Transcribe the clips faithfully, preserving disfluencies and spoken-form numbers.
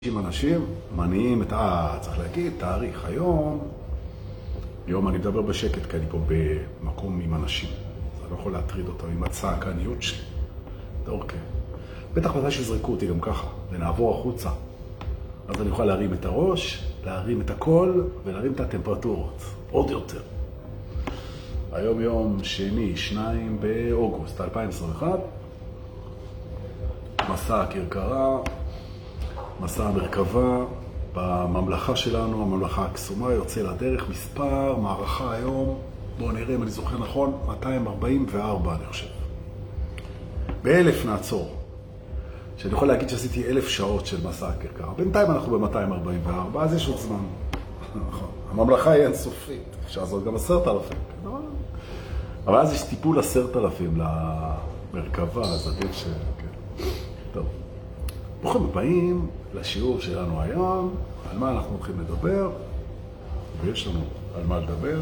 אנשים מניעים את ה... צריך להגיד, תאריך היום. היום אני מדבר בשקט, כי אני פה במקום עם אנשים. זה לא יכול להטריד אותם עם הצעקניות שלי. זה אוקיי. בטח בטח שיזרקו אותי גם ככה, ונעבור החוצה. אז אני יכול להרים את הראש, להרים את הכל, ולהרים את הטמפרטורות. עוד יותר. היום יום שני, שניים באוגוסט אלפיים עשרים ואחת. מסע הכרכרה. מסע המרכבה בממלכה שלנו, הממלכה הקסומה, יוצא לדרך מספר, מערכה היום, בואו נראה אם אני זוכר נכון, מאתיים ארבעים וארבע אני חושב. באלף נעצור. שאני יכול להגיד שעשיתי אלף שעות של מסע הכרכרה. בינתיים אנחנו ב-מאתיים ארבעים וארבע, אז יש עוד זמן. הממלכה היא אינסופית, אפשר לעשות גם עשרת אלפים. אבל אז יש טיפול עשרת אלפים למרכבה, אז עדיף ש... טוב. ברוכים הבאים לשיעור שלנו היום, על מה אנחנו הולכים לדבר, ויש לנו על מה לדבר.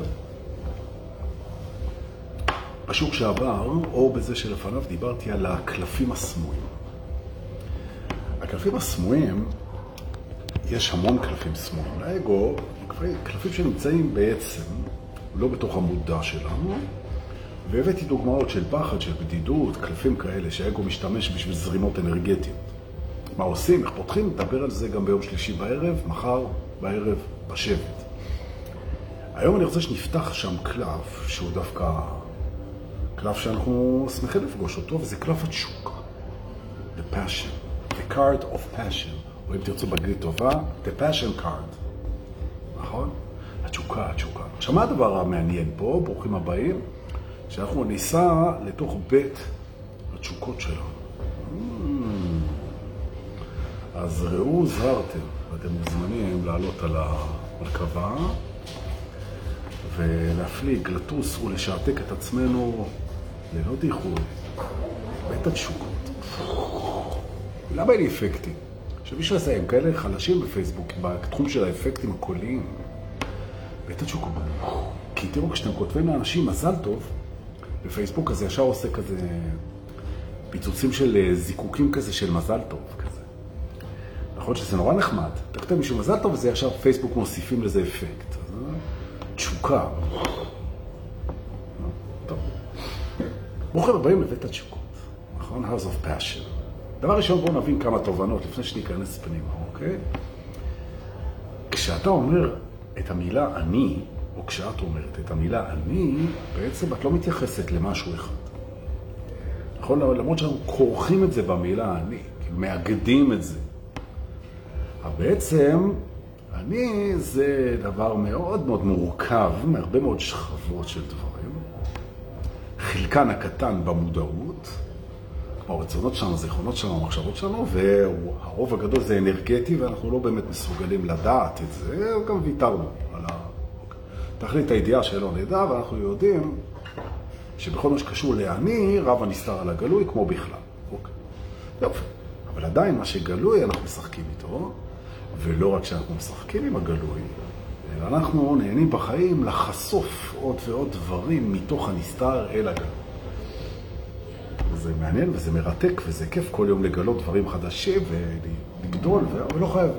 בשיעור שעבר, או בזה שלפניו, דיברתי על הקלפים הסמויים. הקלפים הסמויים, יש המון קלפים סמויים. לאגו, קלפים שנמצאים בעצם, לא בתוך המודע שלנו, והבאתי דוגמאות של פחד, של בדידות, קלפים כאלה שהאגו משתמש בשביל זרימות אנרגטיות. מה עושים, איך פותחים, נדבר על זה גם ביום שלישי בערב, מחר בערב בשבט. היום אני רוצה שנפתח שם קלף, שהוא דווקא קלף שאנחנו שמחים לפגוש אותו, וזה קלף התשוקה. The passion, the card of passion, או אם תרצו בגלית טובה, the passion card. נכון? התשוקה, התשוקה. עכשיו מה הדבר המעניין פה, ברוכים הבאים, שאנחנו ניסע לתוך בית התשוקות שלנו. אז ראו זהרתם, ואתם מוזמנים לעלות על המרכבה ולהפליג, לטוס ולשעתק את עצמנו ללא דיחוי, בית התשוקות. למה אין לי אפקטים? שמישהו עשה, הם כאלה חלשים בפייסבוק, בתחום של האפקטים הקוליים. בית התשוקות. כי תראו, כשאתם כותבים לאנשים מזל טוב, בפייסבוק הזה ישר עושה כזה פיצוצים של זיקוקים כזה של מזל טוב כזה. נכון שזה נורא נחמד. אתה כותב מישהו מזל טוב, וזה ישר פייסבוק מוסיפים לזה אפקט. תשוקה. טוב. ברוכים הבאים לבית התשוקות. נכון? House of Passion. דבר ראשון, בואו נבין כמה תובנות לפני שניכנס פנימה, אוקיי? כשאתה אומר את המילה אני, או כשאת אומרת את המילה אני, בעצם את לא מתייחסת למשהו אחד. נכון? למרות שאנחנו כורכים את זה במילה אני, מאגדים את זה. אבל בעצם, אני זה דבר מאוד מאוד מורכב, מהרבה מאוד שכבות של דברים. חלקן הקטן במודעות, כמו הרצונות שלנו, הזיכרונות שלנו, המחשבות שלנו, והרוב הגדול זה אנרגטי, ואנחנו לא באמת מסוגלים לדעת את זה, גם ויתרנו על ה... תכלית הידיעה שלא נדע, ואנחנו יודעים שבכל מה שקשור לאני, רב הנסתר על הגלוי, כמו בכלל. אוקיי. יופי. אבל עדיין מה שגלוי, אנחנו משחקים איתו, ולא רק שאנחנו משחקים עם הגלוי, אלא אנחנו נהנים בחיים לחשוף עוד ועוד דברים מתוך הנסתר אל הגלוי. זה מעניין וזה מרתק וזה כיף כל יום לגלות דברים חדשים ולגדול, אבל לא חייב.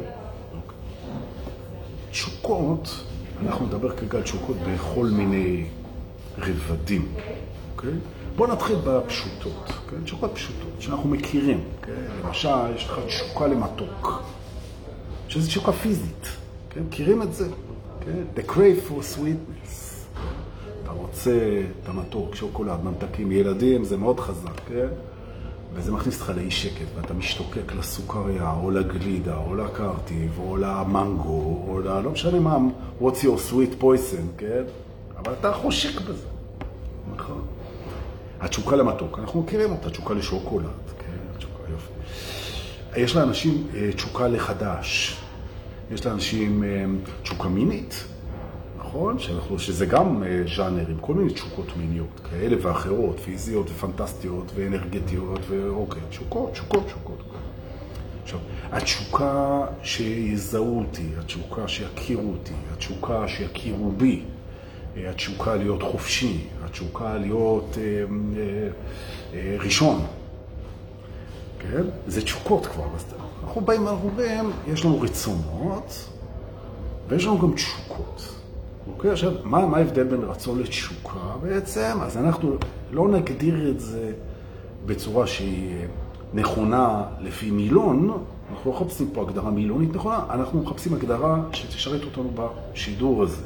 תשוקות, אנחנו נדבר כרגע על תשוקות בכל מיני רבדים. אוקיי? בואו נתחיל בפשוטות, כן? תשוקות פשוטות שאנחנו מכירים. כן? למשל, יש לך תשוקה למתוק. שזה תשוקה פיזית, כן? מכירים את זה? כן? The crave for sweetness. אתה רוצה את המתוק, שוקולד, ממתקים, ילדים, זה מאוד חזק, כן? וזה מכניס אותך לאי שקט, ואתה משתוקק לסוכריה, או לגלידה, או לקרטיב, או למנגו, או ל... לא משנה מה, what's your sweet poison, כן? אבל אתה חושק בזה, נכון? התשוקה למתוק, אנחנו מכירים אותה, תשוקה לשוקולד, כן? התשוקה, יופי. יש לאנשים תשוקה לחדש, יש לאנשים תשוקה מינית, נכון? שאנחנו, שזה גם ז'אנרים, כל מיני תשוקות מיניות, כאלה ואחרות, פיזיות ופנטסטיות ואנרגטיות, ואוקיי, תשוקות, תשוקות, תשוקות. עכשיו, התשוקה שיזהו אותי, התשוקה שיכירו אותי, התשוקה שיכירו בי, התשוקה להיות חופשי, התשוקה להיות אה, אה, אה, ראשון, כן? זה תשוקות כבר, אנחנו באים ואומרים, יש לנו רצונות, ויש לנו גם תשוקות. אוקיי? עכשיו, מה, מה ההבדל בין רצון לתשוקה בעצם? אז אנחנו לא נגדיר את זה בצורה שהיא נכונה לפי מילון, אנחנו לא מחפשים פה הגדרה מילונית נכונה, אנחנו מחפשים הגדרה שתשרת אותנו בשידור הזה.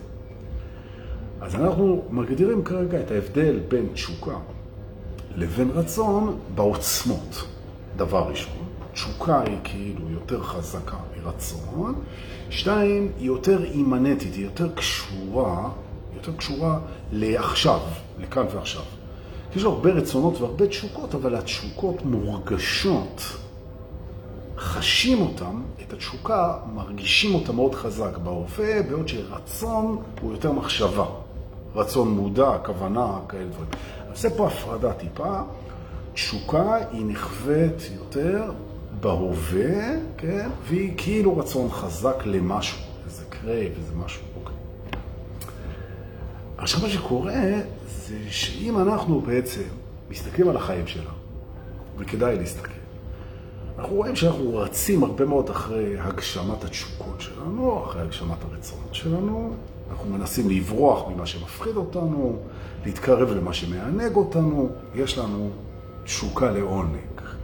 אז אנחנו מגדירים כרגע את ההבדל בין תשוקה לבין רצון בעוצמות. דבר ראשון, תשוקה היא כאילו יותר חזקה מרצון. שתיים, היא יותר אימנטית, היא יותר קשורה, יותר קשורה לעכשיו, לכאן ועכשיו. יש לו הרבה רצונות והרבה תשוקות, אבל התשוקות מורגשות, חשים אותם, את התשוקה, מרגישים אותה מאוד חזק בהווה, בעוד שרצון הוא יותר מחשבה. רצון מודע, כוונה, כאלה דברים. אז זה פה הפרדה טיפה. תשוקה היא נחוות יותר בהווה, כן? והיא כאילו רצון חזק למשהו, איזה קרב, איזה משהו. אוקיי. עכשיו מה שקורה זה שאם אנחנו בעצם מסתכלים על החיים שלנו, וכדאי להסתכל, אנחנו רואים שאנחנו רצים הרבה מאוד אחרי הגשמת התשוקות שלנו, אחרי הגשמת הרצונות שלנו, אנחנו מנסים לברוח ממה שמפחיד אותנו, להתקרב למה שמענג אותנו, יש לנו תשוקה לעונג.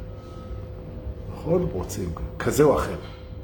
נכון? רוצים כזה או אחר.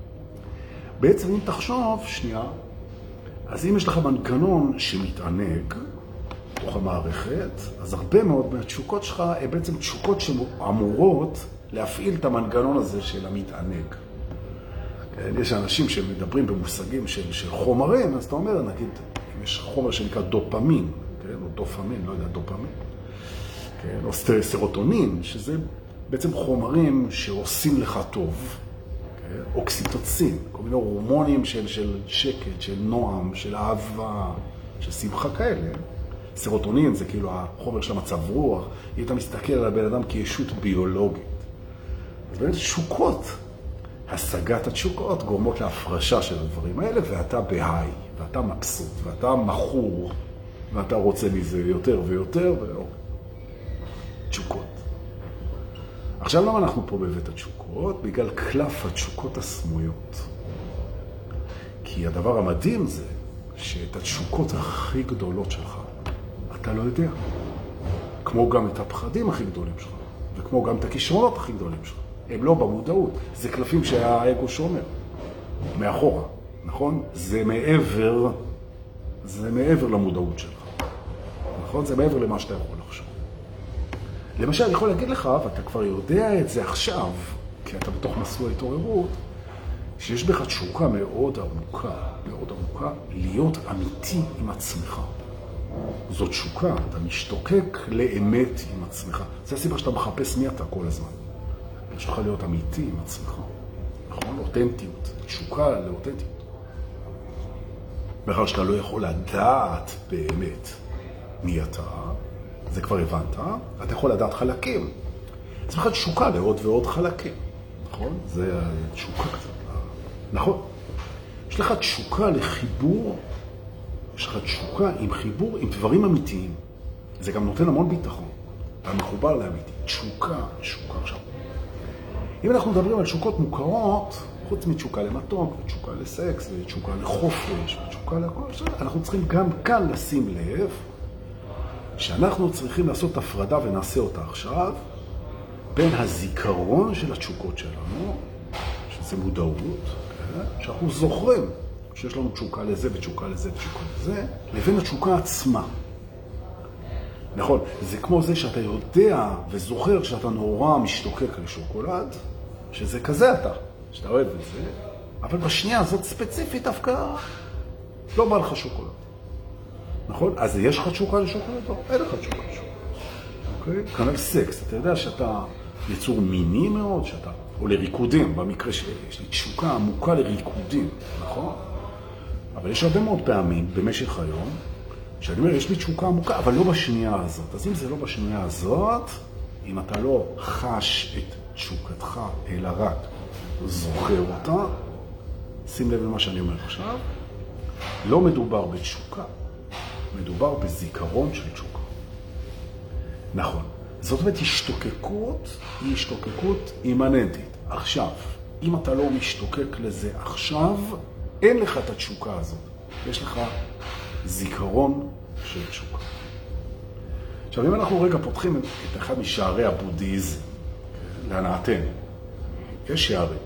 בעצם אם תחשוב, שנייה, אז אם יש לך מנגנון שמתענג בתוך המערכת, אז הרבה מאוד מהתשוקות שלך הן בעצם תשוקות שאמורות להפעיל את המנגנון הזה של המתענג. כן? יש אנשים שמדברים במושגים של, של חומרים, אז אתה אומר, נגיד, אם יש חומר שנקרא דופמין, כן? או דופמין, לא יודע, דופמין, כן? או סרוטונין, שזה בעצם חומרים שעושים לך טוב, כן? אוקסיטוצין, כל מיני הורמונים של, של שקט, של נועם, של אהבה, של שמחה כאלה. סרוטונין זה כאילו החומר של המצב רוח, אם אתה מסתכל על הבן אדם כישות ביולוגית. אז באמת תשוקות, השגת התשוקות גורמות להפרשה של הדברים האלה, ואתה בהיי, ואתה מבסוט, ואתה מחור, ואתה רוצה מזה יותר ויותר, ואו, תשוקות. עכשיו למה אנחנו פה בבית התשוקות? בגלל קלף התשוקות הסמויות. כי הדבר המדהים זה שאת התשוקות הכי גדולות שלך, אתה לא יודע. כמו גם את הפחדים הכי גדולים שלך, וכמו גם את הכישרונות הכי גדולים שלך. הם לא במודעות. זה קלפים שהאגו שומר. מאחורה, נכון? זה מעבר, זה מעבר למודעות שלך. נכון? זה מעבר למה שאתה יכול לחשוב. למשל, אני יכול להגיד לך, ואתה כבר יודע את זה עכשיו, כי אתה בתוך מסלול התעוררות, שיש בך תשוקה מאוד עמוקה, מאוד עמוקה, להיות אמיתי עם עצמך. זאת תשוקה, אתה משתוקק לאמת עם עצמך. זה הסיבה שאתה מחפש מי אתה כל הזמן. יש לך להיות אמיתי עם עצמך. נכון? אותנטיות. תשוקה לאותנטיות. בכלל שאתה לא יכול לדעת באמת מי אתה, זה כבר הבנת, אתה יכול לדעת חלקים. זה בכלל תשוקה לעוד ועוד חלקים. נכון? זה תשוקה קצת. נכון. יש לך תשוקה לחיבור, יש לך תשוקה עם חיבור, עם דברים אמיתיים. זה גם נותן המון ביטחון. אתה מחובר לאמיתי. תשוקה, תשוקה עכשיו. אם אנחנו מדברים על תשוקות מוכרות, חוץ מתשוקה למתוק, ותשוקה לסקס, ותשוקה לחופש, ותשוקה לכל, אנחנו צריכים גם כאן לשים לב, שאנחנו צריכים לעשות הפרדה ונעשה אותה עכשיו, בין הזיכרון של התשוקות שלנו, שזה מודעות, שאנחנו זוכרים שיש לנו תשוקה לזה ותשוקה לזה ותשוקה לזה, לבין התשוקה עצמה. נכון, זה כמו זה שאתה יודע וזוכר שאתה נורא משתוקק לשוקולד, שזה כזה אתה, שאתה אוהב את זה, אבל בשנייה הזאת ספציפית דווקא לא בא לך שוקולד. נכון? אז יש לך תשוקה לשוקולד? לא, אין לך תשוקה לשוקולד. אוקיי? כנ"ל סקס, אתה יודע שאתה יצור מיני מאוד, שאתה, או לריקודים, במקרה שיש לי תשוקה עמוקה לריקודים, נכון? אבל יש הרבה מאוד פעמים במשך היום, שאני אומר, יש לי תשוקה עמוקה, אבל לא בשנייה הזאת. אז אם זה לא בשנייה הזאת, אם אתה לא חש את תשוקתך, אלא רק זוכר אותה, שים לב למה שאני אומר עכשיו, לא מדובר בתשוקה, מדובר בזיכרון של תשוקה. נכון. זאת אומרת, השתוקקות היא השתוקקות אימננטית. עכשיו, אם אתה לא משתוקק לזה עכשיו, אין לך את התשוקה הזאת. יש לך זיכרון של תשוקה. עכשיו, אם אנחנו רגע פותחים את אחד משערי הבודהיזם, להנאתנו, יש שערים.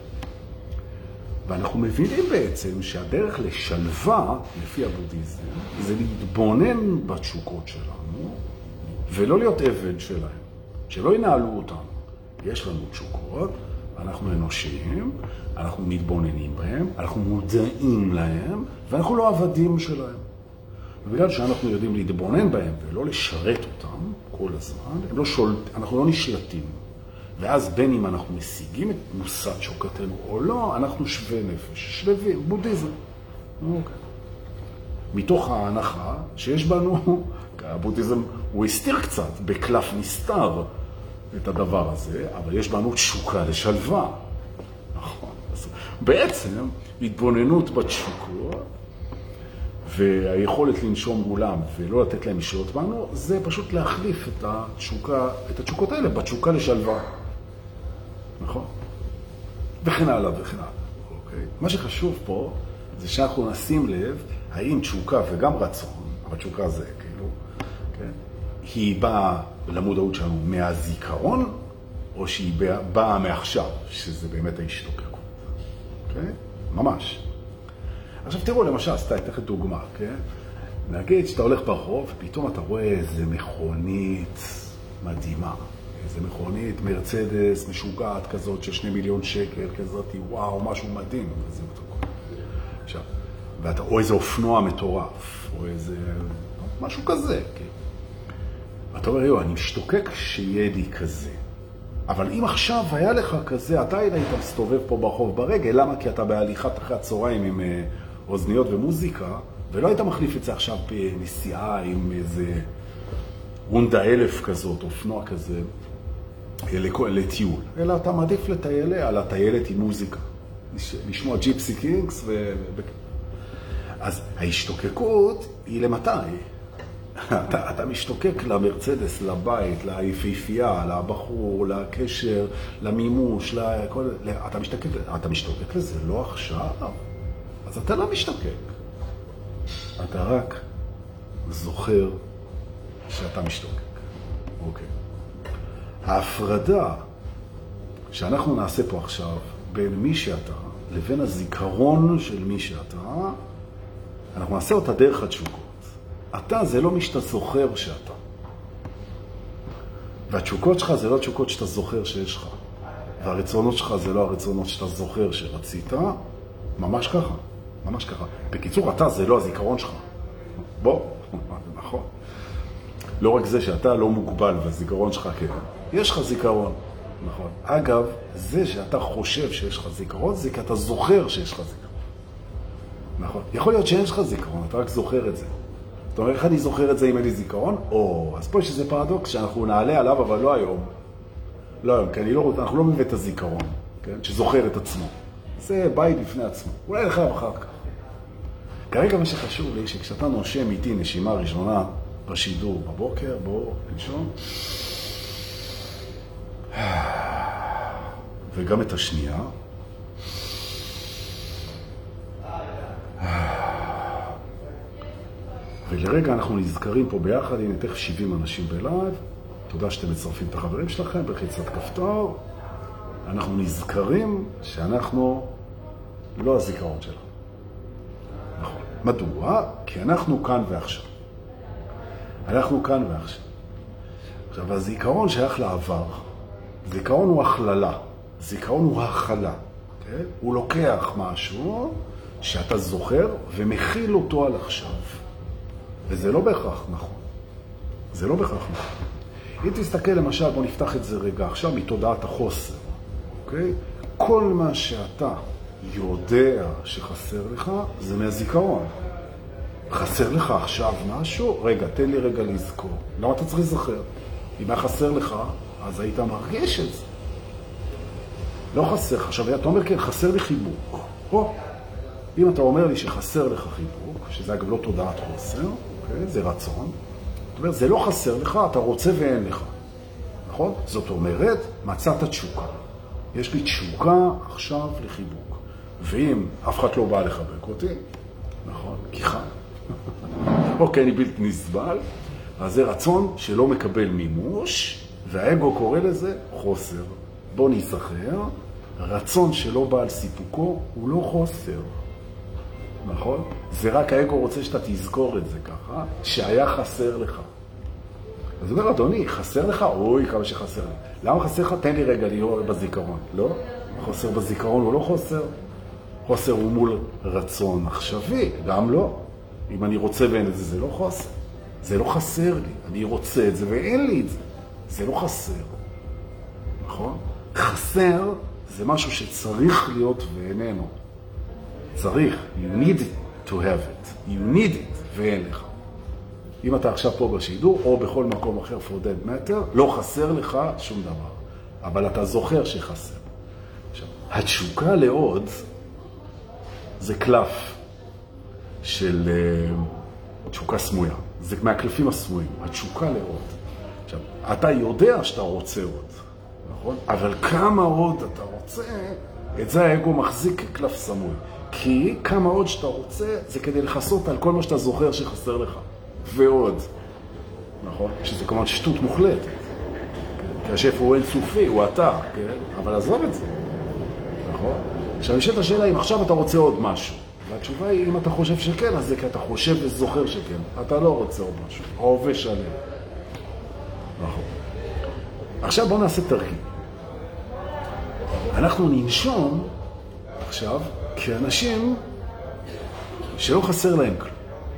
ואנחנו מבינים בעצם שהדרך לשלווה, לפי הבודהיזם, זה להתבונן בתשוקות שלנו, ולא להיות עבד שלהם, שלא ינהלו אותנו. יש לנו תשוקות, אנחנו אנושיים, אנחנו מתבוננים בהם, אנחנו מודעים להם, ואנחנו לא עבדים שלהם. ובגלל שאנחנו יודעים להתבונן בהם ולא לשרת אותם כל הזמן, הם לא שולט, אנחנו לא נשלטים. ואז בין אם אנחנו משיגים את מושג תשוקתנו או לא, אנחנו שווה נפש, שלווים, בודהיזם. אוקיי. מתוך ההנחה שיש בנו, הבודהיזם הוא הסתיר קצת, בקלף נסתר את הדבר הזה, אבל יש בנו תשוקה לשלווה. נכון. אז בעצם התבוננות בתשוקות, והיכולת לנשום מולם ולא לתת להם לשלוט בנו, זה פשוט להחליף את התשוקה, את התשוקות האלה בתשוקה לשלווה. נכון? וכן הלאה וכן הלאה. אוקיי? מה שחשוב פה זה שאנחנו נשים לב האם תשוקה וגם רצון, אבל תשוקה זה כאילו, כן? היא באה למודעות שלנו מהזיכרון, או שהיא באה מעכשיו, שזה באמת ההשתוקקות. אוקיי? ממש. עכשיו תראו, למשל, סתם, אתן לכם דוגמה, כן? נגיד שאתה הולך ברחוב, פתאום אתה רואה איזה מכונית מדהימה. איזה מכונית, מרצדס, משוגעת כזאת של שני מיליון שקל, כזאת, וואו, משהו מדהים. וזה עכשיו, ואתה, או איזה אופנוע מטורף, או איזה, משהו כזה, כן? ואתה אומר, יו, אני משתוקק שיהיה לי כזה. אבל אם עכשיו היה לך כזה, אתה היית מסתובב פה ברחוב ברגל, למה? כי אתה בהליכת אחרי הצהריים עם אוזניות ומוזיקה, ולא היית מחליף את זה עכשיו בנסיעה עם איזה הונדה אלף כזאת, אופנוע כזה, לטיול. אלא אתה מעדיף לטייל על הטיילת עם מוזיקה. לשמוע ג'יפסי קינגס ו... אז ההשתוקקות היא למתי? אתה, אתה משתוקק למרצדס, לבית, ליפיפייה, לבחור, לקשר, למימוש, לכל, אתה משתוקק, אתה משתוקק לזה לא עכשיו. אז אתה לא משתוקק. אתה רק זוכר שאתה משתוקק. אוקיי. ההפרדה שאנחנו נעשה פה עכשיו בין מי שאתה לבין הזיכרון של מי שאתה, אנחנו נעשה אותה דרך התשוקות. אתה זה לא מי שאתה זוכר שאתה. והתשוקות שלך זה לא התשוקות שאתה זוכר שיש לך. והרצונות שלך זה לא הרצונות שאתה זוכר שרצית. ממש ככה. ממש ככה. בקיצור, אתה זה לא הזיכרון שלך. בוא, נכון. לא רק זה שאתה לא מוגבל והזיכרון שלך כן. יש לך זיכרון. נכון. אגב, זה שאתה חושב שיש לך זיכרון, זה כי אתה זוכר שיש לך זיכרון. נכון. יכול להיות שאין לך זיכרון, אתה רק זוכר את זה. זאת אומרת, איך אני זוכר את זה אם אין לי זיכרון? או, אז פה יש איזה פרדוקס שאנחנו נעלה עליו, אבל לא היום. לא היום, כי אני לא רוצה, אנחנו לא מבין את הזיכרון, כן? שזוכר את עצמו. זה בית בפני עצמו. אולי לך אחר כך. כרגע מה שחשוב לי, שכשאתה נושם איתי נשימה ראשונה בשידור בבוקר, בוא נשום. וגם את השנייה. ולרגע אנחנו נזכרים פה ביחד, הנה תכף שבעים אנשים בלייב. תודה שאתם מצרפים את החברים שלכם בלחיצת כפתור. אנחנו נזכרים שאנחנו לא הזיכרון שלנו. נכון. מדוע? כי אנחנו כאן ועכשיו. אנחנו כאן ועכשיו. עכשיו, הזיכרון שייך לעבר. זיכרון הוא הכללה. זיכרון הוא הכלה. כן? הוא לוקח משהו שאתה זוכר ומכיל אותו על עכשיו. וזה לא בהכרח נכון. זה לא בהכרח נכון. אם תסתכל למשל, בוא נפתח את זה רגע עכשיו מתודעת החוסר. אוקיי? כל מה שאתה יודע שחסר לך, זה מהזיכרון. חסר לך עכשיו משהו? רגע, תן לי רגע לזכור. למה אתה צריך לזכר? אם היה חסר לך, אז היית מרגיש את זה. לא חסר לך. עכשיו, אתה אומר, כן, חסר לי חיבוק. או, אם אתה אומר לי שחסר לך חיבוק, שזה אגב לא תודעת חוסר, אוקיי? זה רצון. זאת אומרת, זה לא חסר לך, אתה רוצה ואין לך. נכון? זאת אומרת, מצאת תשוקה. יש לי תשוקה עכשיו לחיבוק. ואם אף אחד לא בא לחבק אותי, נכון, כי חם. אוקיי, אני בלתי נסבל, אז זה רצון שלא מקבל מימוש, והאגו קורא לזה חוסר. בוא נזכר, רצון שלא בא על סיפוקו הוא לא חוסר. נכון? זה רק האגו רוצה שאתה תזכור את זה ככה, שהיה חסר לך. אז הוא אומר, אדוני, חסר לך? אוי, כמה שחסר לי. למה חסר לך? תן לי רגע להיות בזיכרון. לא? חוסר בזיכרון הוא לא חוסר. חוסר הוא מול רצון מחשבי, גם לא. אם אני רוצה ואין את זה, זה לא חוסר. זה לא חסר לי. אני רוצה את זה ואין לי את זה. זה לא חסר. נכון? חסר זה משהו שצריך להיות ואיננו. צריך. You need to have it. You need it ואין לך. אם אתה עכשיו פה בשידור או בכל מקום אחר for that matter, לא חסר לך שום דבר. אבל אתה זוכר שחסר. עכשיו, התשוקה לעוד זה קלף של uh, תשוקה סמויה. זה מהקלפים הסמויים. התשוקה לעוד. עכשיו, אתה יודע שאתה רוצה עוד, נכון? אבל כמה עוד אתה רוצה, את זה האגו מחזיק כקלף סמוי. כי כמה עוד שאתה רוצה, זה כדי לחסות על כל מה שאתה זוכר שחסר לך. ועוד. נכון? שזה כמובן שטות מוחלטת. כי השף הוא אינסופי, הוא אתה, כן? אבל עזוב את זה. נכון? עכשיו, יש את השאלה אם עכשיו אתה רוצה עוד משהו. והתשובה היא, אם אתה חושב שכן, אז זה כי אתה חושב וזוכר שכן. אתה לא רוצה עוד משהו. ההווה שלם. נכון. עכשיו בואו נעשה תרגיל. אנחנו ננשום עכשיו כאנשים שלא חסר להם כלום.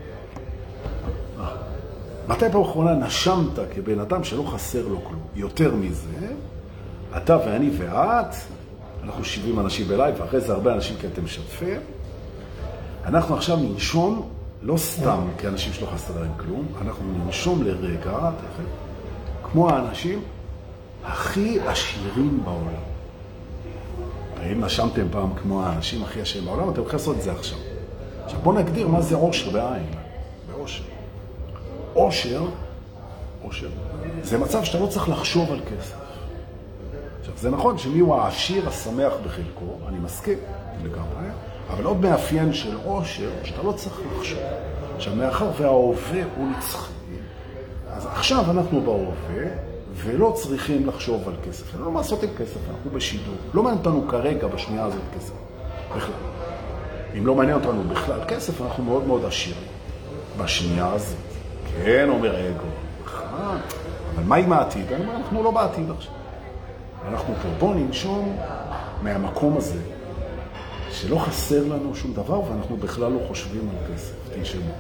מתי פעם אחרונה נשמת כבן אדם שלא חסר לו כלום? יותר מזה, אתה ואני ואת, אנחנו שבעים אנשים בלייב, ואחרי זה הרבה אנשים כי אתם משתפים. אנחנו עכשיו ננשום, לא סתם כאנשים שלא חסר להם כלום, אנחנו ננשום לרגע, כמו האנשים הכי עשירים בעולם. אם נשמתם פעם כמו האנשים הכי עשירים בעולם, אתם יכולים לעשות את זה עכשיו. עכשיו בואו נגדיר מה זה עושר בעין. בעושר. עושר, עושר, זה מצב שאתה לא צריך לחשוב על כסף. עכשיו, זה נכון שמי הוא העשיר השמח בחלקו, אני מסכים לגמרי, אבל עוד מאפיין של עושר שאתה לא צריך לחשוב. עכשיו, מאחר וההווה הוא נצחי, אז עכשיו אנחנו בהווה, ולא צריכים לחשוב על כסף. לא לעשות עם כסף, אנחנו בשידור. לא מעניין אותנו כרגע בשנייה הזאת כסף. בכלל. אם לא מעניין אותנו בכלל כסף, אנחנו מאוד מאוד עשירים. בשנייה הזאת. כן, אומר האגו. אבל מה עם העתיד? אני אומר, אנחנו לא בעתיד עכשיו. אנחנו פה. בואו ננשום מהמקום הזה, שלא חסר לנו שום דבר, ואנחנו בכלל לא חושבים על כסף. תנשמו.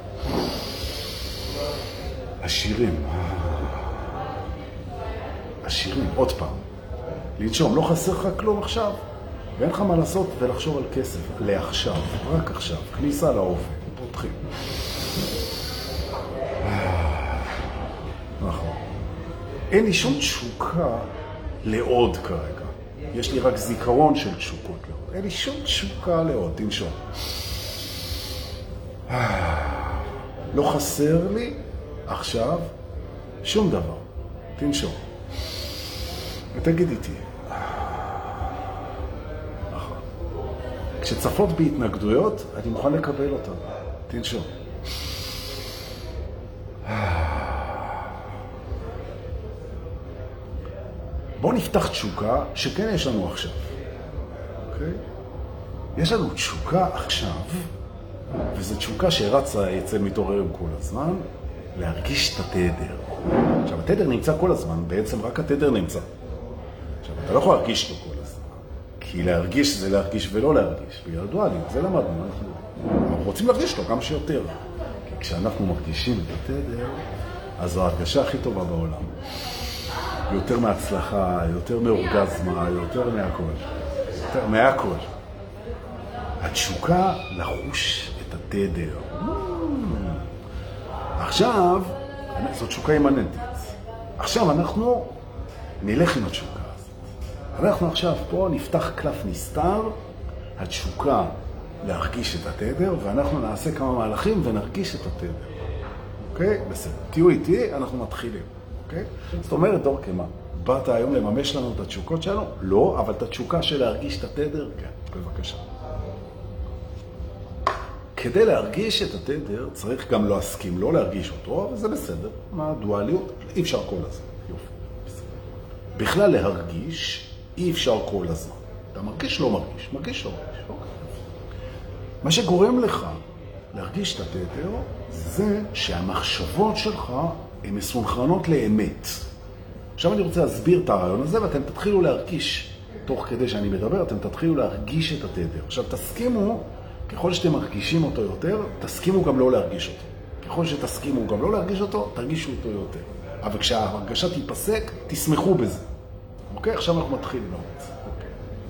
עשירים. עשירים, עוד פעם. לנשום, לא חסר לך כלום עכשיו. ואין לך מה לעשות ולחשוב על כסף. לעכשיו, רק עכשיו. כניסה להווה. פותחים. נכון. אין לי שום תשוקה לעוד כרגע. יש לי רק זיכרון של תשוקות לעוד. אין לי שום תשוקה לעוד. תנשום. לא חסר לי עכשיו שום דבר. תנשום. ותגיד איתי. נכון. כשצפות בהתנגדויות, אני מוכן לקבל אותן. תנשום. בואו נפתח תשוקה שכן יש לנו עכשיו. אוקיי? יש לנו תשוקה עכשיו, וזו תשוקה שרצה אצל מתעוררים כל הזמן, להרגיש את התדר. עכשיו, התדר נמצא כל הזמן, בעצם רק התדר נמצא. עכשיו, אתה לא יכול להרגיש לו כל הזמן. כי להרגיש זה להרגיש ולא להרגיש. בגלל דואליות, זה למדנו. אנחנו, אנחנו רוצים להרגיש לו כמה שיותר. כי כשאנחנו מרגישים את התדר, אז זו ההרגשה הכי טובה בעולם. יותר מהצלחה, יותר מאורגזמה, יותר מהכל. יותר מהכל. התשוקה לחוש את התדר. עכשיו, זו תשוקה אימננטית. עכשיו אנחנו נלך עם התשוקה הזאת. אנחנו עכשיו פה נפתח קלף נסתר, התשוקה להרגיש את התדר, ואנחנו נעשה כמה מהלכים ונרגיש את התדר. אוקיי? בסדר. תהיו איתי, אנחנו מתחילים. אוקיי? זאת אומרת, דור כמה. באת היום לממש לנו את התשוקות שלנו? לא, אבל את התשוקה של להרגיש את התדר? כן, בבקשה. כדי להרגיש את התדר, צריך גם לא להסכים, לא להרגיש אותו, אבל זה בסדר. מה הדואליות? אי אפשר כל הזמן. יופי, בסדר. בכלל להרגיש, אי אפשר כל הזמן. אתה מרגיש, לא מרגיש, מרגיש, לא מרגיש. אוקיי. מה שגורם לך להרגיש את התדר, זה שהמחשבות שלך הן מסונכרנות לאמת. עכשיו אני רוצה להסביר את הרעיון הזה, ואתם תתחילו להרגיש, תוך כדי שאני מדבר, אתם תתחילו להרגיש את התדר. עכשיו תסכימו, ככל שאתם מרגישים אותו יותר, תסכימו גם לא להרגיש אותו. ככל שתסכימו גם לא להרגיש אותו, תרגישו אותו יותר. אבל כשההרגשה תיפסק, תשמחו בזה. אוקיי? עכשיו אנחנו מתחילים לרוץ. אוקיי.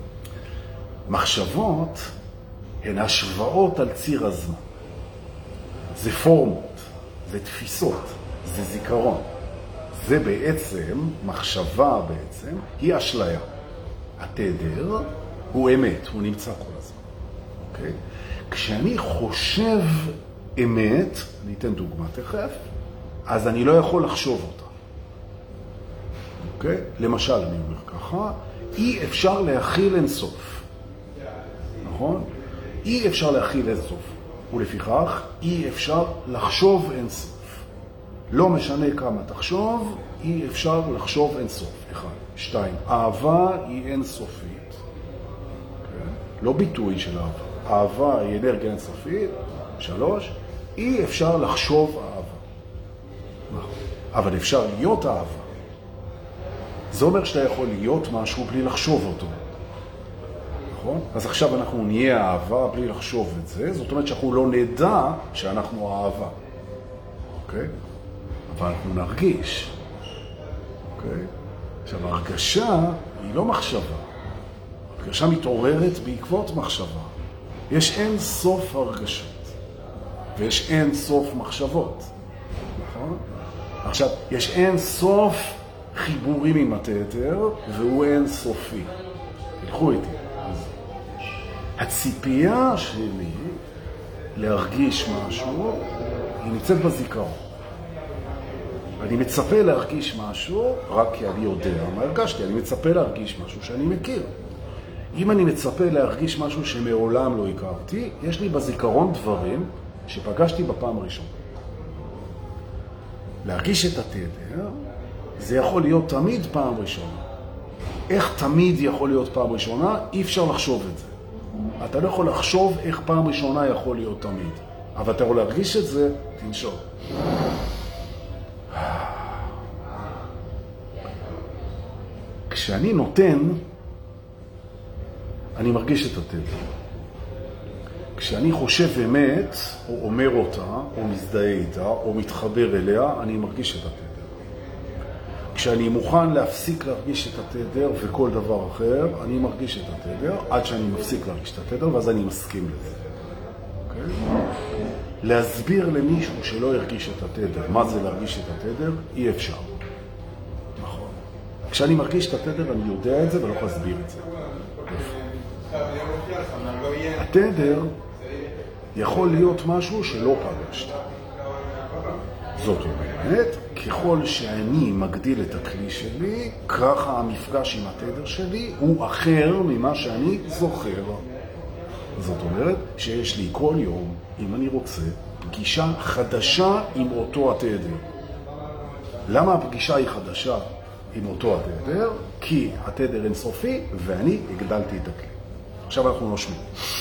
מחשבות הן השוואות על ציר הזמן. זה פורמות, זה תפיסות, זה זיכרון. זה בעצם, מחשבה בעצם, היא אשליה. התדר הוא אמת, הוא נמצא כל הזמן. אוקיי? כשאני חושב אמת, אני אתן דוגמה תכף, אז אני לא יכול לחשוב אותה. אוקיי? למשל, אני אומר ככה, אי אפשר להכיל אינסוף. נכון? אי אפשר להכיל אינסוף. ולפיכך, אי אפשר לחשוב אינסוף. לא משנה כמה תחשוב, אי אפשר לחשוב אינסוף. אחד. שתיים. אהבה היא אינסופית. אוקיי? לא ביטוי של אהבה. אהבה היא אנרגיה אינסופית. שלוש. אי אפשר לחשוב אהבה. אבל אפשר להיות אהבה. זה אומר שאתה יכול להיות משהו בלי לחשוב אותו. נכון? אז עכשיו אנחנו נהיה אהבה בלי לחשוב את זה. זאת אומרת שאנחנו לא נדע שאנחנו אהבה. אוקיי? אבל אנחנו נרגיש. אוקיי? עכשיו, ההרגשה היא לא מחשבה. הרגשה מתעוררת בעקבות מחשבה. יש אין סוף הרגשות. ויש אין סוף מחשבות. נכון? עכשיו, יש אין סוף חיבורים עם התדר, והוא אין סופי. תלכו איתי. הציפייה שלי להרגיש משהו, היא נמצאת בזיכרון. אני מצפה להרגיש משהו, רק כי אני יודע מה הרגשתי. אני מצפה להרגיש משהו שאני מכיר. אם אני מצפה להרגיש משהו שמעולם לא הכרתי, יש לי בזיכרון דברים שפגשתי בפעם הראשונה. להרגיש את התדר, זה יכול להיות תמיד פעם ראשונה. איך תמיד יכול להיות פעם ראשונה? אי אפשר לחשוב את זה. אתה לא יכול לחשוב איך פעם ראשונה יכול להיות תמיד. אבל אתה יכול להרגיש את זה, תנשום. כשאני נותן, אני מרגיש את התדר. כשאני חושב אמת, או אומר אותה, או מזדהה איתה, או מתחבר אליה, אני מרגיש את התדר. כשאני מוכן להפסיק להרגיש את התדר וכל דבר אחר, אני מרגיש את התדר, עד שאני מפסיק להרגיש את התדר, ואז אני מסכים לזה. Okay? להסביר למישהו שלא ירגיש את התדר, מה זה להרגיש את התדר, אי אפשר. נכון. כשאני מרגיש את התדר, אני יודע את זה ולא יכול להסביר את זה. התדר יכול להיות משהו שלא פגשת. זאת אומרת, ככל שאני מגדיל את הכלי שלי, ככה המפגש עם התדר שלי הוא אחר ממה שאני זוכר. זאת אומרת שיש לי כל יום, אם אני רוצה, פגישה חדשה עם אותו התדר. למה הפגישה היא חדשה עם אותו התדר? כי התדר אינסופי ואני הגדלתי את הכלי. עכשיו אנחנו נושמים.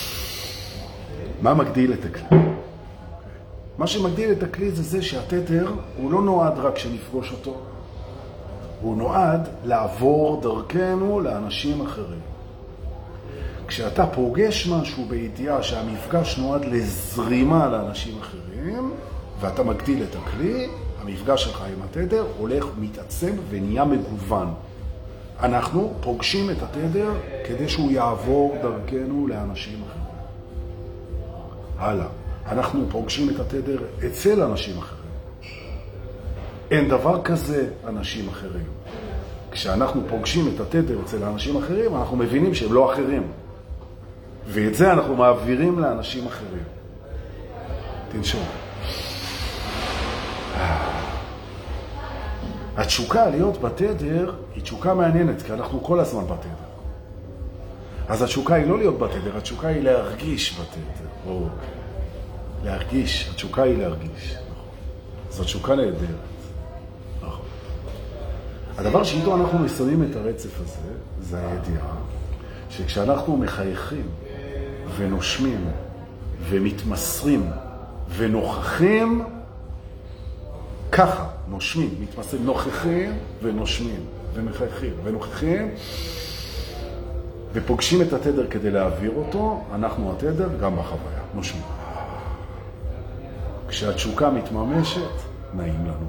מה מגדיל את הכלי? מה שמגדיל את הכלי זה זה שהתדר הוא לא נועד רק שנפגוש אותו. הוא נועד לעבור דרכנו לאנשים אחרים. כשאתה פוגש משהו בידיעה שהמפגש נועד לזרימה לאנשים אחרים, ואתה מגדיל את הכלי, המפגש שלך עם התדר הולך, מתעצם ונהיה מגוון. אנחנו פוגשים את התדר כדי שהוא יעבור דרכנו לאנשים אחרים. הלאה. אנחנו פוגשים את התדר אצל אנשים אחרים. אין דבר כזה אנשים אחרים. כשאנחנו פוגשים את התדר אצל אנשים אחרים, אנחנו מבינים שהם לא אחרים. ואת זה אנחנו מעבירים לאנשים אחרים. תנשום. התשוקה להיות בתדר היא תשוקה מעניינת, כי אנחנו כל הזמן בתדר. אז התשוקה היא לא להיות בתדר, התשוקה היא להרגיש בתדר. או להרגיש, התשוקה היא להרגיש. זו תשוקה נהדרת. נכון. הדבר שאיתו אנחנו מסיימים את הרצף הזה, זה הידיעה, שכשאנחנו מחייכים ונושמים ומתמסרים ונוכחים, ככה, נושמים, מתמסרים, נוכחים ונושמים ומחייכים ונוכחים ופוגשים את התדר כדי להעביר אותו, אנחנו התדר גם בחוויה, נושמים. כשהתשוקה מתממשת, נעים לנו.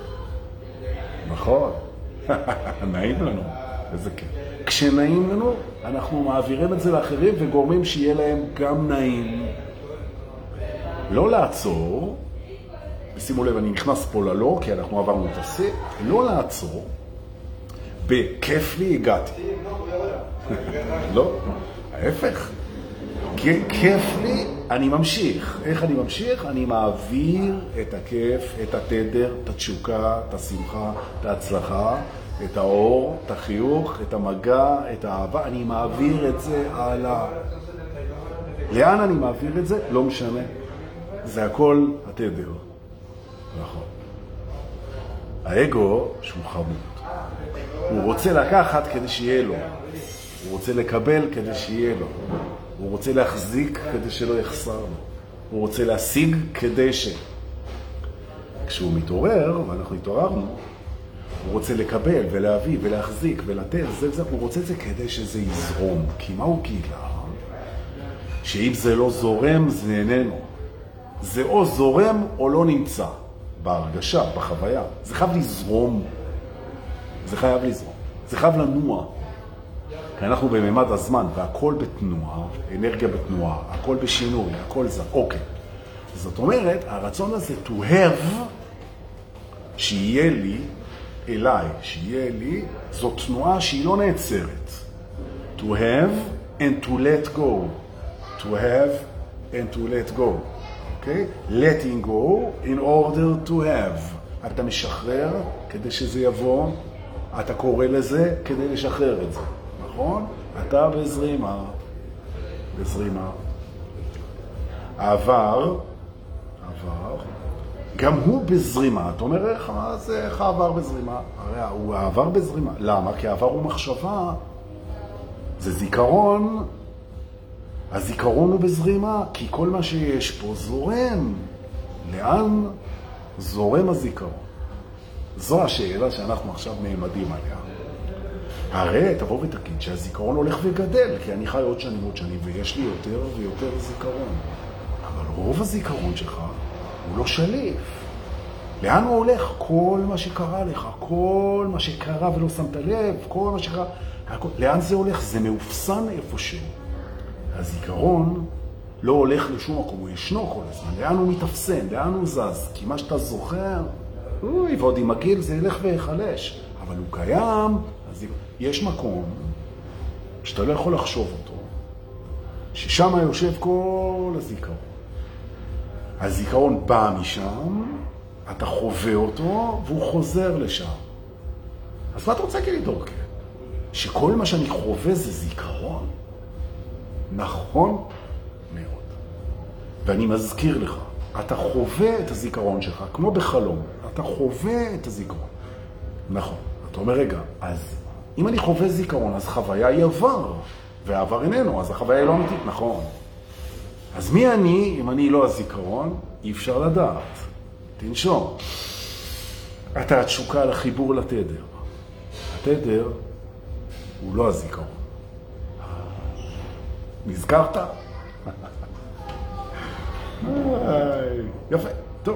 נכון? נעים לנו. איזה כיף. כשנעים לנו, אנחנו מעבירים את זה לאחרים וגורמים שיהיה להם גם נעים. לא לעצור, ושימו לב, אני נכנס פה ללא, כי אנחנו עברנו את הסי, לא לעצור, בכיף לי הגעתי. לא, ההפך. כיף לי, אני ממשיך. איך אני ממשיך? אני מעביר את הכיף, את התדר, את התשוקה, את השמחה, את ההצלחה, את האור, את החיוך, את המגע, את האהבה. אני מעביר את זה הלאה. לאן אני מעביר את זה? לא משנה. זה הכל התדר. נכון. האגו שהוא חמוד. הוא רוצה לקחת כדי שיהיה לו. הוא רוצה לקבל כדי שיהיה לו. הוא רוצה להחזיק כדי שלא יחסר לו. הוא רוצה להשיג כדי ש... כשהוא מתעורר, ואנחנו התעוררנו, הוא רוצה לקבל ולהביא ולהחזיק ולתת, זה, זה, הוא רוצה את זה כדי שזה יזרום. כי מה הוא גילה? שאם זה לא זורם, זה איננו. זה או זורם או לא נמצא. בהרגשה, בחוויה. זה חייב לזרום. זה חייב לזרום. זה חייב לנוע. כי אנחנו בממד הזמן, והכל בתנועה, אנרגיה בתנועה, הכל בשינוי, הכל זה. אוקיי. זאת אומרת, הרצון הזה to have, שיהיה לי, אליי, שיהיה לי, זו תנועה שהיא לא נעצרת. To have and to let go. To have and to let go. אוקיי? letting go in order to have. אתה משחרר כדי שזה יבוא, אתה קורא לזה כדי לשחרר את זה. נכון? אתה בזרימה. בזרימה. העבר, העבר, גם הוא בזרימה. אתה אומר, איך, זה, איך העבר בזרימה? הרי הוא העבר בזרימה. למה? כי העבר הוא מחשבה. זה זיכרון. הזיכרון הוא בזרימה, כי כל מה שיש פה זורם. לאן זורם הזיכרון? זו השאלה שאנחנו עכשיו נעמדים עליה. הרי תבוא ותגיד שהזיכרון הולך וגדל, כי אני חי עוד שנים עוד שנים, ויש לי יותר ויותר זיכרון. אבל רוב הזיכרון שלך הוא לא שליף. לאן הוא הולך? כל מה שקרה לך, כל מה שקרה ולא שמת לב, כל מה שקרה, הכל. לאן זה הולך? זה מאופסן איפשהו. הזיכרון לא הולך לשום מקום, הוא ישנו כל הזמן. לאן הוא מתאפסן? לאן הוא זז? כי מה שאתה זוכר, אוי, ועוד עם הגיל זה ילך ויחלש. אבל הוא קיים, אז יש מקום שאתה לא יכול לחשוב אותו, ששם יושב כל הזיכרון. הזיכרון בא משם, אתה חווה אותו, והוא חוזר לשם. אז מה אתה רוצה להגיד לי, דורקה? שכל מה שאני חווה זה זיכרון? נכון מאוד. ואני מזכיר לך, אתה חווה את הזיכרון שלך, כמו בחלום. אתה חווה את הזיכרון. נכון. אתה אומר, רגע, אז אם אני חווה זיכרון, אז חוויה היא עבר, והעבר איננו, אז החוויה היא לא אמיתית, נכון. אז מי אני, אם אני לא הזיכרון? אי אפשר לדעת. תנשום. אתה התשוקה לחיבור לתדר. התדר הוא לא הזיכרון. נזכרת? יפה, טוב.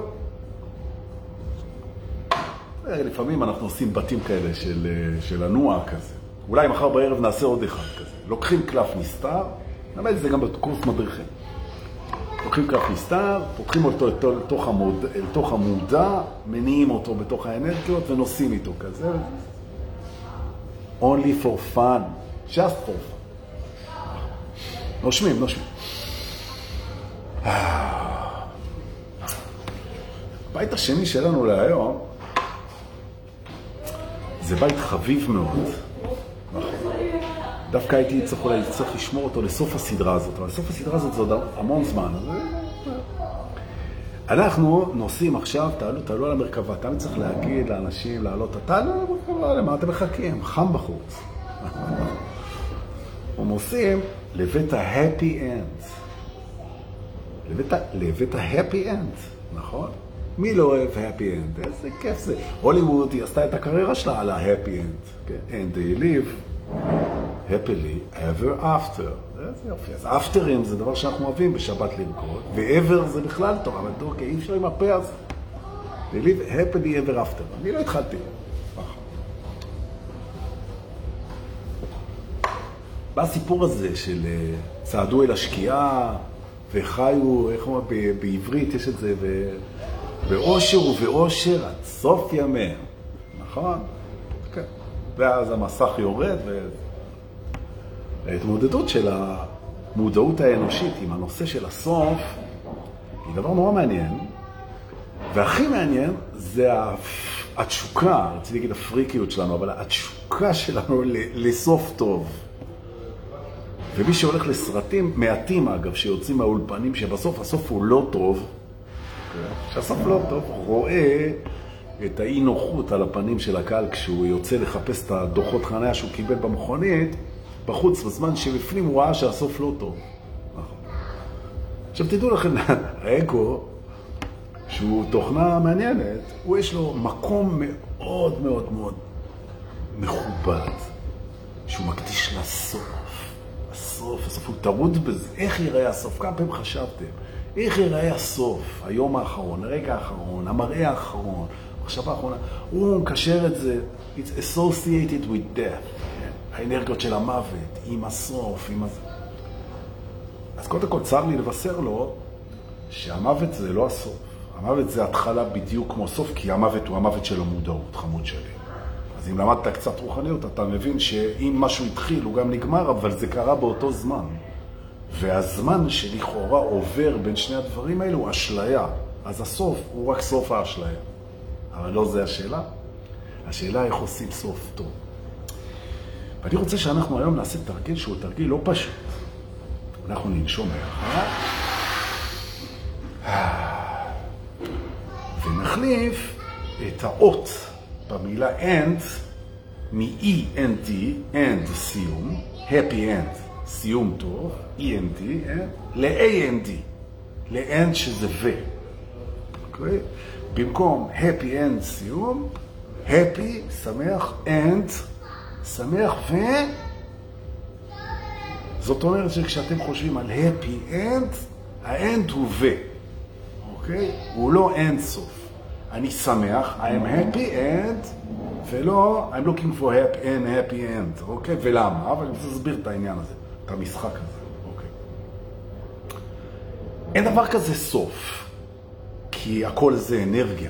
לפעמים אנחנו עושים בתים כאלה של, של הנוע כזה. אולי מחר בערב נעשה עוד אחד כזה. לוקחים קלף נסתר, נעמד את זה גם בקורס מדריכים. לוקחים קלף נסתר, פותחים אותו אל תוך, המוד, אל תוך המודע, מניעים אותו בתוך האנרגיות ונוסעים איתו כזה. Only for fun. Just for fun. נושמים, נושמים. הבית השני שלנו להיום, זה בית חביב מאוד. דווקא הייתי צריך, אולי צריך לשמור אותו לסוף הסדרה הזאת, אבל סוף הסדרה הזאת זה עוד המון זמן. אנחנו נוסעים עכשיו, תעלו, תעלו על המרכבה, תמיד צריך להגיד לאנשים, לעלות, תעלו על המרכבה, למה אתם מחכים? חם בחוץ. הם עושים לבית ה-happy end. לבית, לבית ה-happy end, נכון? מי לא אוהב happy end? איזה כיף זה. הוליווד, היא עשתה את הקריירה שלה על ה-happy end. And they live happily ever after. זה יופי. אז אפטרים זה דבר שאנחנו אוהבים בשבת לרקוד, ו-ever זה בכלל טוב, אבל דור, כי אי אפשר עם הפה הזה. They live happily ever after. אני לא התחלתי. בסיפור הזה של צעדו אל השקיעה וחיו, איך אומרים, בעברית יש את זה, באושר ובאושר עד סוף ימיהם, נכון? כן. ואז המסך יורד, וההתמודדות של המודעות האנושית עם הנושא של הסוף היא דבר נורא מעניין, והכי מעניין זה התשוקה, רציתי להגיד הפריקיות שלנו, אבל התשוקה שלנו לסוף טוב. ומי שהולך לסרטים, מעטים אגב, שיוצאים מהאולפנים, שבסוף הסוף הוא לא טוב, שהסוף לא טוב, רואה את האי נוחות על הפנים של הקהל כשהוא יוצא לחפש את הדוחות חניה שהוא קיבל במכונית, בחוץ, בזמן שבפנים הוא ראה שהסוף לא טוב. עכשיו תדעו לכם, האגו, שהוא תוכנה מעניינת, הוא יש לו מקום מאוד מאוד מאוד מכובד, שהוא מקדיש לסוף. הסוף, הסוף הוא טרוד בזה. איך ייראה הסוף? כמה פעמים חשבתם? איך ייראה הסוף? היום האחרון, הרגע האחרון, המראה האחרון, המחשבה האחרונה. הוא מקשר את זה, it's associated with death. האנרגיות של המוות, עם הסוף, עם הזה. אז קודם כל צר לי לבשר לו שהמוות זה לא הסוף. המוות זה התחלה בדיוק כמו סוף, כי המוות הוא המוות של המודעות, חמוד שלי. אז אם למדת קצת רוחניות, אתה מבין שאם משהו התחיל, הוא גם נגמר, אבל זה קרה באותו זמן. והזמן שלכאורה עובר בין שני הדברים האלו הוא אשליה. אז הסוף הוא רק סוף האשליה. אבל לא זה השאלה. השאלה איך עושים סוף טוב. ואני רוצה שאנחנו היום נעשה תרגיל שהוא תרגיל לא פשוט. אנחנו ננשום ביחד. ונחליף את האות במילה end מ-E-N-D, end סיום, happy end, סיום טוב, E-N-D, ל-A-N-D, ל-end שזה ו. אוקיי? במקום happy end סיום, happy, שמח, end, שמח ו... זאת אומרת שכשאתם חושבים על happy end, ה-end הוא ו. אוקיי? הוא לא end סוף. אני שמח, I am happy and, ולא, I'm looking for happy and happy end, אוקיי? ולמה? אבל אני רוצה להסביר את העניין הזה, את המשחק הזה, אוקיי? אין דבר כזה סוף, כי הכל זה אנרגיה,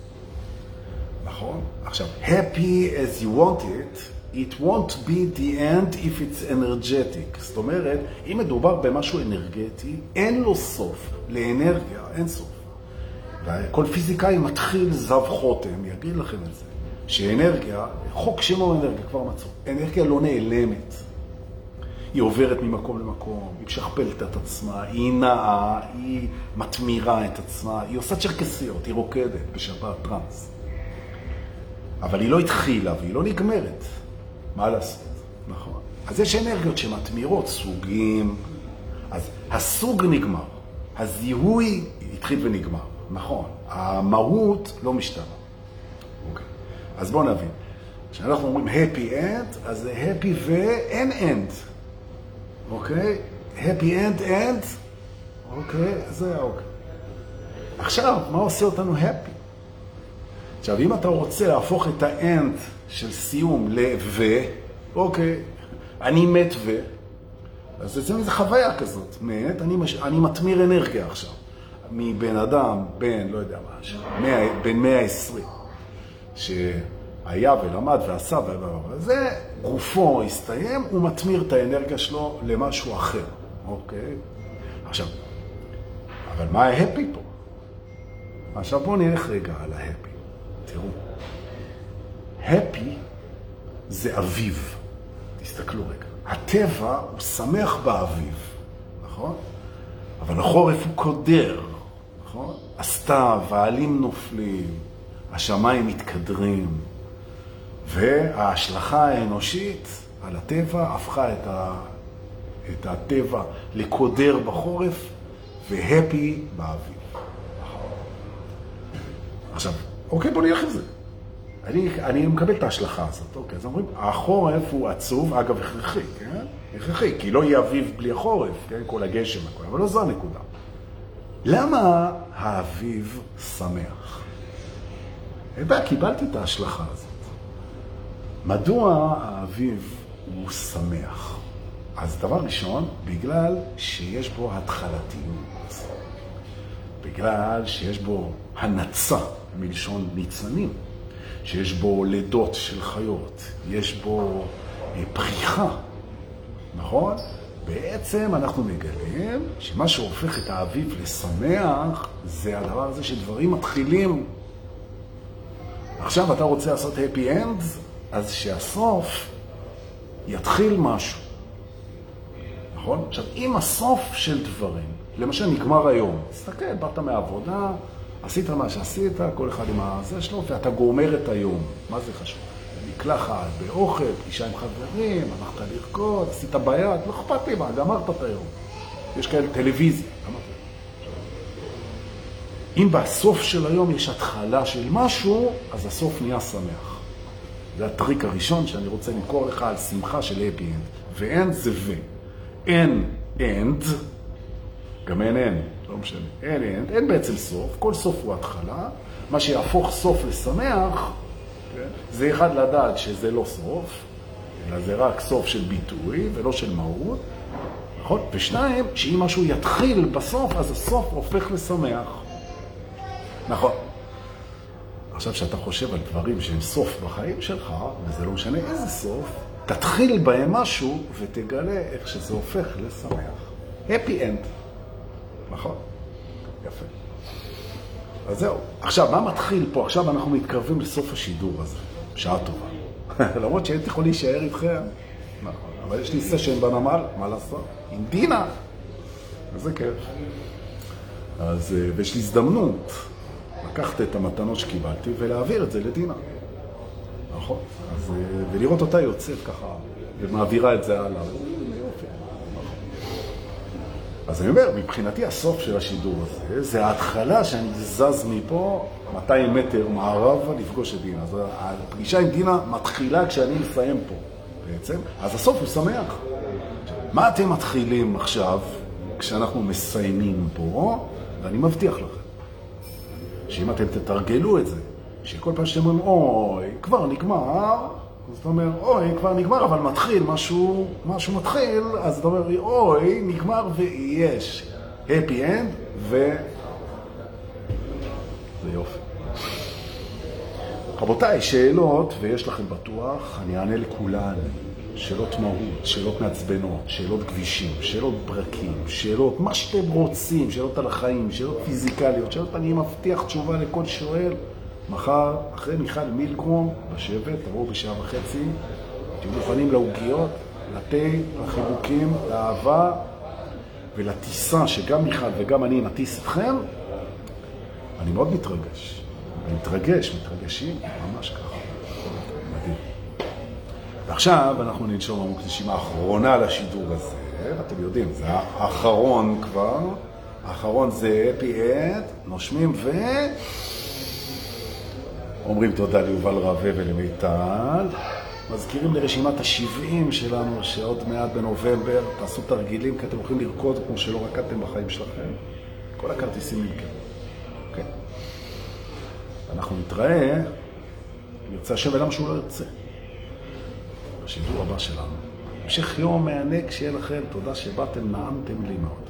נכון? עכשיו, happy as you want it, it won't be the end if it's energetic. זאת אומרת, אם מדובר במשהו אנרגטי, אין לו סוף, לאנרגיה אין סוף. וכל פיזיקאי מתחיל זב חותם, יגיד לכם את זה, שאנרגיה, חוק שמו אנרגיה, כבר מצאו, אנרגיה לא נעלמת. היא עוברת ממקום למקום, היא משכפלת את עצמה, היא נעה, היא מתמירה את עצמה, היא עושה צ'רקסיות, היא רוקדת בשבת טרנס. אבל היא לא התחילה והיא לא נגמרת. מה לעשות? נכון. אז יש אנרגיות שמתמירות, סוגים, אז הסוג נגמר, הזיהוי התחיל ונגמר. נכון, המהות לא משתנה. אוקיי. אז בואו נבין. כשאנחנו אומרים happy end, אז זה happy ו-אין end. אוקיי? happy end, end. אוקיי, זה אוקיי. עכשיו, מה עושה אותנו happy? עכשיו, אם אתה רוצה להפוך את ה-end של סיום ל-ו, אוקיי, אני מת ו, אז זה איזו חוויה כזאת. מת, אני, מש... אני מתמיר אנרגיה עכשיו. מבן אדם, בין, לא יודע מה, בין מאה ועשרים, שהיה ולמד ועשה, וזה גופו הסתיים, הוא מתמיר את האנרגיה שלו למשהו אחר, אוקיי? עכשיו, אבל מה ההפי פה? עכשיו בואו נלך רגע על ההפי. תראו, הפי זה אביב. תסתכלו רגע. הטבע הוא שמח באביב, נכון? אבל החורף הוא קודר, נכון? הסתיו, העלים נופלים, השמיים מתקדרים, וההשלכה האנושית על הטבע הפכה את, ה... את הטבע לקודר בחורף והפי באביב. עכשיו, אוקיי, בוא נלך עם זה. אני, אני מקבל את ההשלכה הזאת, אוקיי, אז אומרים, החורף הוא עצוב, אגב, הכרחי, כן? הכרחי, כי לא יהיה אביב בלי החורף, כן? כל הגשם, הכל, אבל לא זו הנקודה. למה האביב שמח? אתה, קיבלתי את ההשלכה הזאת. מדוע האביב הוא שמח? אז דבר ראשון, בגלל שיש בו התחלתיות. בגלל שיש בו הנצה, מלשון ניצנים. שיש בו לידות של חיות, יש בו פריחה, נכון? בעצם אנחנו מגלים שמה שהופך את האביב לשמח זה הדבר הזה שדברים מתחילים. עכשיו אתה רוצה לעשות happy end, אז שהסוף יתחיל משהו, נכון? עכשיו, אם הסוף של דברים, למשל נגמר היום, תסתכל, באת מהעבודה, עשית מה שעשית, כל אחד עם הזה שלו, ואתה גומר את היום. מה זה חשוב? מקלחת, באוכל, פגישה עם חברים, הלכת לרקוד, עשית ביד, לא אכפת לי מה, גמרת את היום. יש כאלה טלוויזיה, גמרת. אם בסוף של היום יש התחלה של משהו, אז הסוף נהיה שמח. זה הטריק הראשון שאני רוצה לקרוא לך על שמחה של happy end. ואין זה ו. אין end, גם אין אין. לא משנה. אין, אין, אין בעצם סוף, כל סוף הוא התחלה. מה שיהפוך סוף לשמח, כן? זה אחד לדעת שזה לא סוף, אלא זה רק סוף של ביטוי ולא של מהות, נכון? ושניים, שאם משהו יתחיל בסוף, אז הסוף הופך לשמח. נכון. עכשיו שאתה חושב על דברים שהם סוף בחיים שלך, וזה לא משנה איזה סוף, תתחיל בהם משהו ותגלה איך שזה הופך לשמח. happy end. נכון? יפה. אז זהו. עכשיו, מה מתחיל פה? עכשיו אנחנו מתקרבים לסוף השידור הזה. שעה טובה. למרות שהייתי יכול להישאר איתכם. נכון. אבל יש לי סשן בנמל, מה לעשות? עם דינה. וזה כיף. אז, ויש לי הזדמנות לקחת את המתנות שקיבלתי ולהעביר את זה לדינה. נכון? אז, ולראות אותה יוצאת ככה, ומעבירה את זה הלאה. אז אני אומר, מבחינתי הסוף של השידור הזה, זה ההתחלה שאני זז מפה מאתיים מטר מערבה לפגוש את דינה. אז הפגישה עם דינה מתחילה כשאני מסיים פה, בעצם. אז הסוף הוא שמח. מה אתם מתחילים עכשיו, כשאנחנו מסיימים פה, ואני מבטיח לכם, שאם אתם תתרגלו את זה, שכל פעם שאתם אומרים, אוי, כבר נגמר, אז אתה אומר, אוי, כבר נגמר, אבל מתחיל, משהו, משהו מתחיל, אז אתה אומר, אוי, נגמר ויש happy end, ו... זה יופי. רבותיי, שאלות, ויש לכם בטוח, אני אענה לכולן. שאלות מהות, שאלות מעצבנות, שאלות כבישים, שאלות ברקים, שאלות מה שאתם רוצים, שאלות על החיים, שאלות פיזיקליות, שאלות אני מבטיח תשובה לכל שואל. מחר, אחרי מיכל מילגרום, בשבט, תבואו בשעה וחצי, תהיו מוכנים להוגיות, לתה, לחיבוקים, לאהבה ולטיסה שגם מיכל וגם אני נטיס אתכם. אני מאוד מתרגש. אני מתרגש, מתרגשים, ממש ככה. מדהים. ועכשיו אנחנו ננשום עמוק נשימה האחרונה לשידור הזה. אתם יודעים, זה האחרון כבר. האחרון זה happy end, נושמים ו... אומרים תודה ליובל רווה ולמיטל. מזכירים לרשימת ה-שבעים שלנו שעוד מעט בנובמבר. תעשו תרגילים כי אתם הולכים לרקוד כמו שלא רקדתם בחיים שלכם. כל הכרטיסים נמכרו. אוקיי? אנחנו נתראה. נרצה השם ולמה שהוא לא ירצה. בשידור הבא שלנו. המשך יום מענק שיהיה לכם. תודה שבאתם, נעמתם לי מאוד.